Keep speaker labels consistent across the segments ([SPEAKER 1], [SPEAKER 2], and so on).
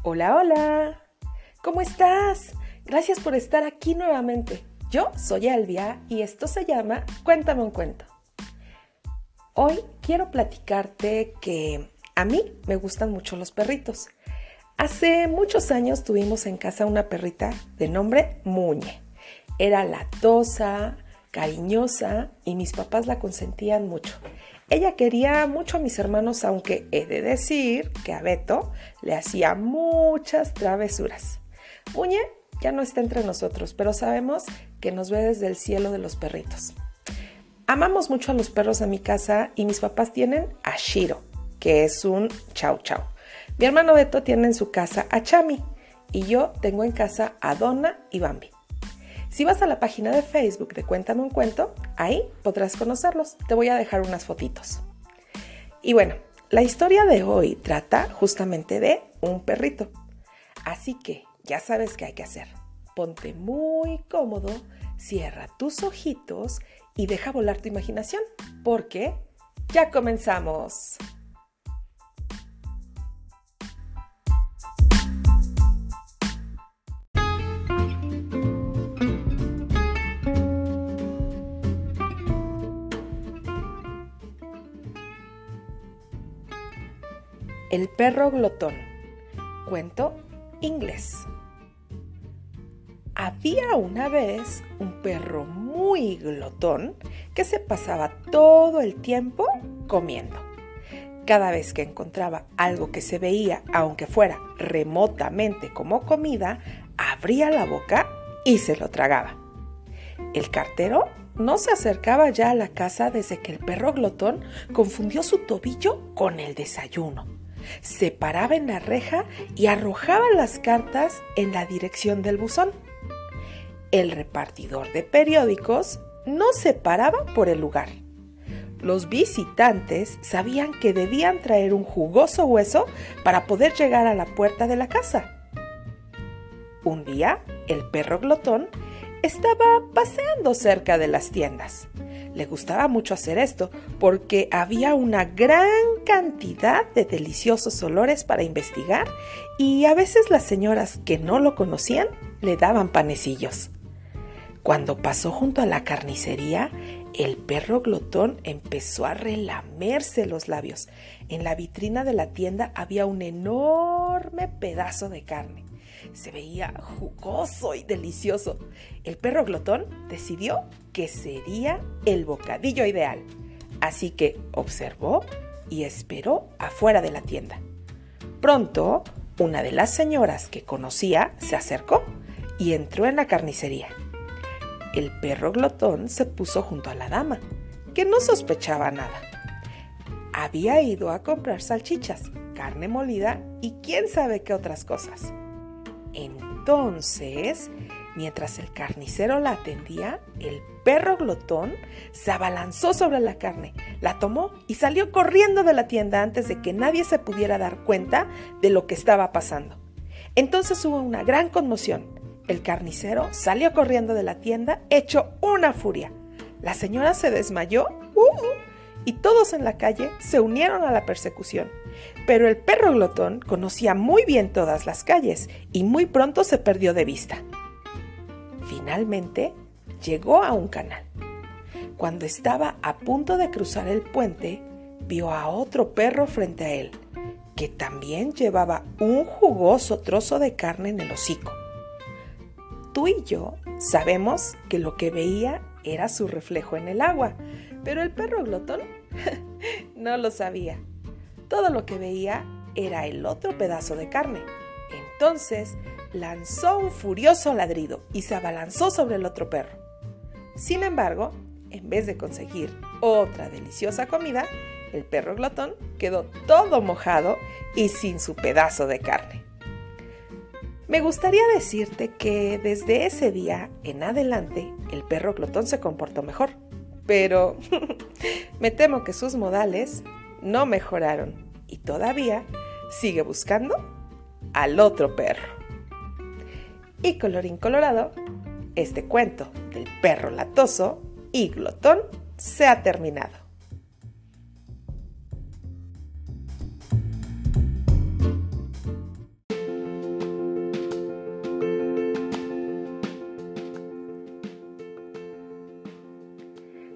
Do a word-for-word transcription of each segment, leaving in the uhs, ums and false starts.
[SPEAKER 1] Hola, hola. ¿Cómo estás? Gracias por estar aquí nuevamente. Yo soy Elvia y esto se llama Cuéntame un cuento. Hoy quiero platicarte que a mí me gustan mucho los perritos. Hace muchos años tuvimos en casa una perrita de nombre Muñe. Era latosa, cariñosa y mis papás la consentían mucho. Ella quería mucho a mis hermanos, aunque he de decir que a Beto le hacía muchas travesuras. Muñe ya no está entre nosotros, pero sabemos que nos ve desde el cielo de los perritos. Amamos mucho a los perros en mi casa y mis papás tienen a Shiro, que es un chau chau. Mi hermano Beto tiene en su casa a Chami y yo tengo en casa a Donna y Bambi. Si vas a la página de Facebook de Cuéntame un cuento, ahí podrás conocerlos. Te voy a dejar unas fotitos. Y bueno, la historia de hoy trata justamente de un perrito. Así que ya sabes qué hay que hacer. Ponte muy cómodo, cierra tus ojitos y deja volar tu imaginación, porque ya comenzamos. El perro glotón. Cuento inglés. Había una vez un perro muy glotón que se pasaba todo el tiempo comiendo. Cada vez que encontraba algo que se veía, aunque fuera remotamente como comida, abría la boca y se lo tragaba. El cartero no se acercaba ya a la casa desde que el perro glotón confundió su tobillo con el desayuno. Se paraba en la reja y arrojaba las cartas en la dirección del buzón. El repartidor de periódicos no se paraba por el lugar. Los visitantes sabían que debían traer un jugoso hueso para poder llegar a la puerta de la casa. Un día, el perro glotón estaba paseando cerca de las tiendas. Le gustaba mucho hacer esto porque había una gran cantidad de deliciosos olores para investigar y a veces las señoras que no lo conocían le daban panecillos. Cuando pasó junto a la carnicería, el perro glotón empezó a relamerse los labios. En la vitrina de la tienda había un enorme pedazo de carne. Se veía jugoso y delicioso. El perro glotón decidió que sería el bocadillo ideal. Así que observó y esperó afuera de la tienda. Pronto, una de las señoras que conocía se acercó y entró en la carnicería. El perro glotón se puso junto a la dama, que no sospechaba nada. Había ido a comprar salchichas, carne molida y quién sabe qué otras cosas. Entonces, mientras el carnicero la atendía, el perro glotón se abalanzó sobre la carne, la tomó y salió corriendo de la tienda antes de que nadie se pudiera dar cuenta de lo que estaba pasando. Entonces hubo una gran conmoción. El carnicero salió corriendo de la tienda hecho una furia. La señora se desmayó uh, y todos en la calle se unieron a la persecución. Pero el perro glotón conocía muy bien todas las calles y muy pronto se perdió de vista. Finalmente llegó a un canal. Cuando estaba a punto de cruzar el puente, vio a otro perro frente a él, que también llevaba un jugoso trozo de carne en el hocico. Tú y yo sabemos que lo que veía era su reflejo en el agua, pero el perro glotón no lo sabía. Todo lo que veía era el otro pedazo de carne. Entonces lanzó un furioso ladrido y se abalanzó sobre el otro perro. Sin embargo, en vez de conseguir otra deliciosa comida, el perro glotón quedó todo mojado y sin su pedazo de carne. Me gustaría decirte que desde ese día en adelante el perro glotón se comportó mejor, pero me temo que sus modales no mejoraron y todavía sigue buscando al otro perro. Y colorín colorado, este cuento del perro latoso y glotón se ha terminado.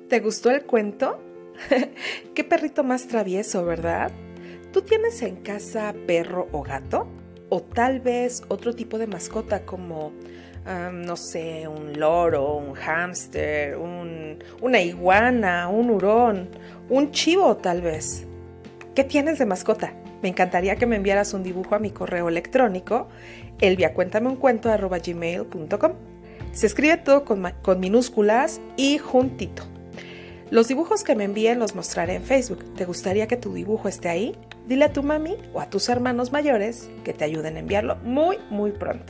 [SPEAKER 1] ¿Te gustó el cuento? ¡Qué perrito más travieso, ¿verdad? ¿Tú tienes en casa perro o gato? O tal vez otro tipo de mascota como, um, no sé, un loro, un hámster, un, una iguana, un hurón, un chivo tal vez. ¿Qué tienes de mascota? Me encantaría que me enviaras un dibujo a mi correo electrónico elviacuéntameuncuento arroba gmail punto com. Se escribe todo con, con minúsculas y juntito. Los dibujos que me envíen los mostraré en Facebook. ¿Te gustaría que tu dibujo esté ahí? Dile a tu mami o a tus hermanos mayores que te ayuden a enviarlo muy, muy pronto.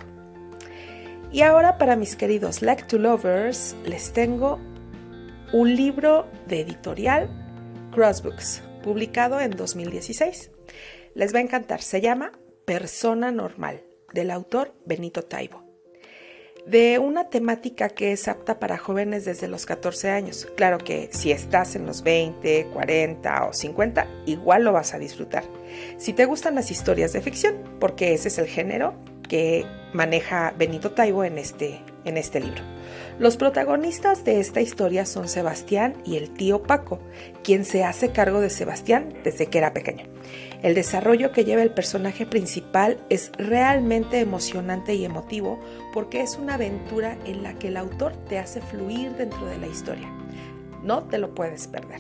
[SPEAKER 1] Y ahora para mis queridos Like to Lovers les tengo un libro de editorial Crossbooks, publicado en dos mil dieciséis. Les va a encantar. Se llama Persona Normal, del autor Benito Taibo. De una temática que es apta para jóvenes desde los catorce años. Claro que si estás en los veinte, cuarenta o cincuenta, igual lo vas a disfrutar. Si te gustan las historias de ficción, porque ese es el género que maneja Benito Taibo en este, en este libro. Los protagonistas de esta historia son Sebastián y el tío Paco, quien se hace cargo de Sebastián desde que era pequeño. El desarrollo que lleva el personaje principal es realmente emocionante y emotivo porque es una aventura en la que el autor te hace fluir dentro de la historia. No te lo puedes perder.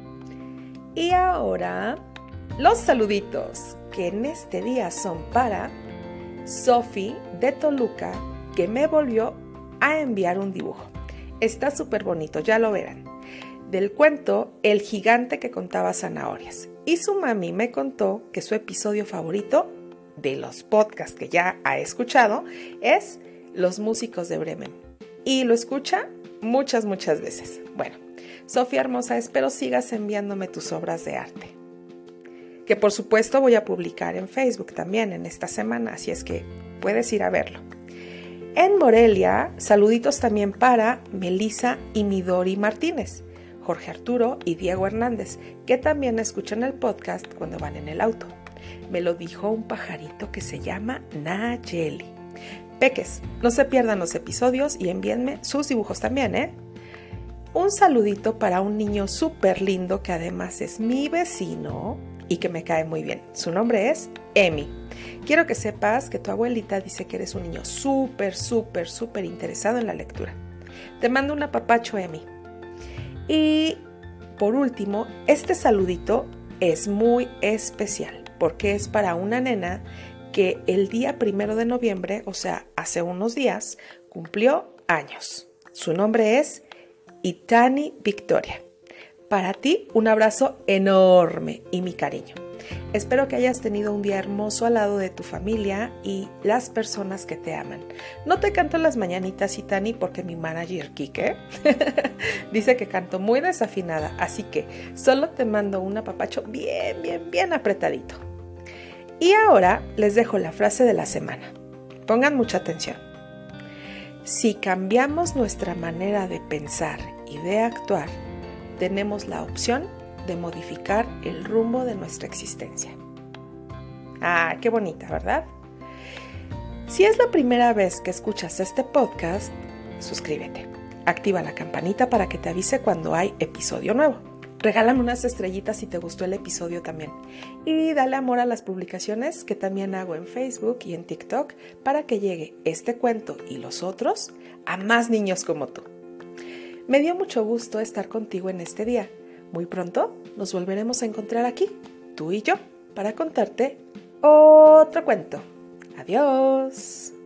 [SPEAKER 1] Y ahora, los saluditos que en este día son para Sofi de Toluca, que me volvió a enviar un dibujo. Está súper bonito, ya lo verán. Del cuento El gigante que contaba zanahorias. Y su mami me contó que su episodio favorito de los podcasts que ya ha escuchado es Los músicos de Bremen. Y lo escucha muchas, muchas veces. Bueno, Sofía hermosa, espero sigas enviándome tus obras de arte. Que por supuesto voy a publicar en Facebook también en esta semana, así es que puedes ir a verlo. En Morelia, saluditos también para Melissa y Midori Martínez, Jorge Arturo y Diego Hernández, que también escuchan el podcast cuando van en el auto. Me lo dijo un pajarito que se llama Nayeli. Peques, no se pierdan los episodios y envíenme sus dibujos también, ¿eh? Un saludito para un niño súper lindo que además es mi vecino y que me cae muy bien. Su nombre es Emi. Quiero que sepas que tu abuelita dice que eres un niño súper, súper, súper interesado en la lectura. Te mando un apapacho, Emi. Y por último, este saludito es muy especial porque es para una nena que el día primero de noviembre, o sea, hace unos días, cumplió años. Su nombre es Itani Victoria. Para ti, un abrazo enorme y mi cariño. Espero que hayas tenido un día hermoso al lado de tu familia y las personas que te aman. No te canto las mañanitas, Itani, porque mi manager Kike dice que canto muy desafinada, así que solo te mando un apapacho bien, bien, bien apretadito. Y ahora les dejo la frase de la semana. Pongan mucha atención. Si cambiamos nuestra manera de pensar y de actuar, tenemos la opción de modificar el rumbo de nuestra existencia. Ah, qué bonita, ¿verdad? Si es la primera vez que escuchas este podcast, suscríbete. Activa la campanita para que te avise cuando hay episodio nuevo. Regálame unas estrellitas si te gustó el episodio también. Y dale amor a las publicaciones que también hago en Facebook y en TikTok para que llegue este cuento y los otros a más niños como tú. Me dio mucho gusto estar contigo en este día. Muy pronto nos volveremos a encontrar aquí, tú y yo, para contarte otro cuento. Adiós.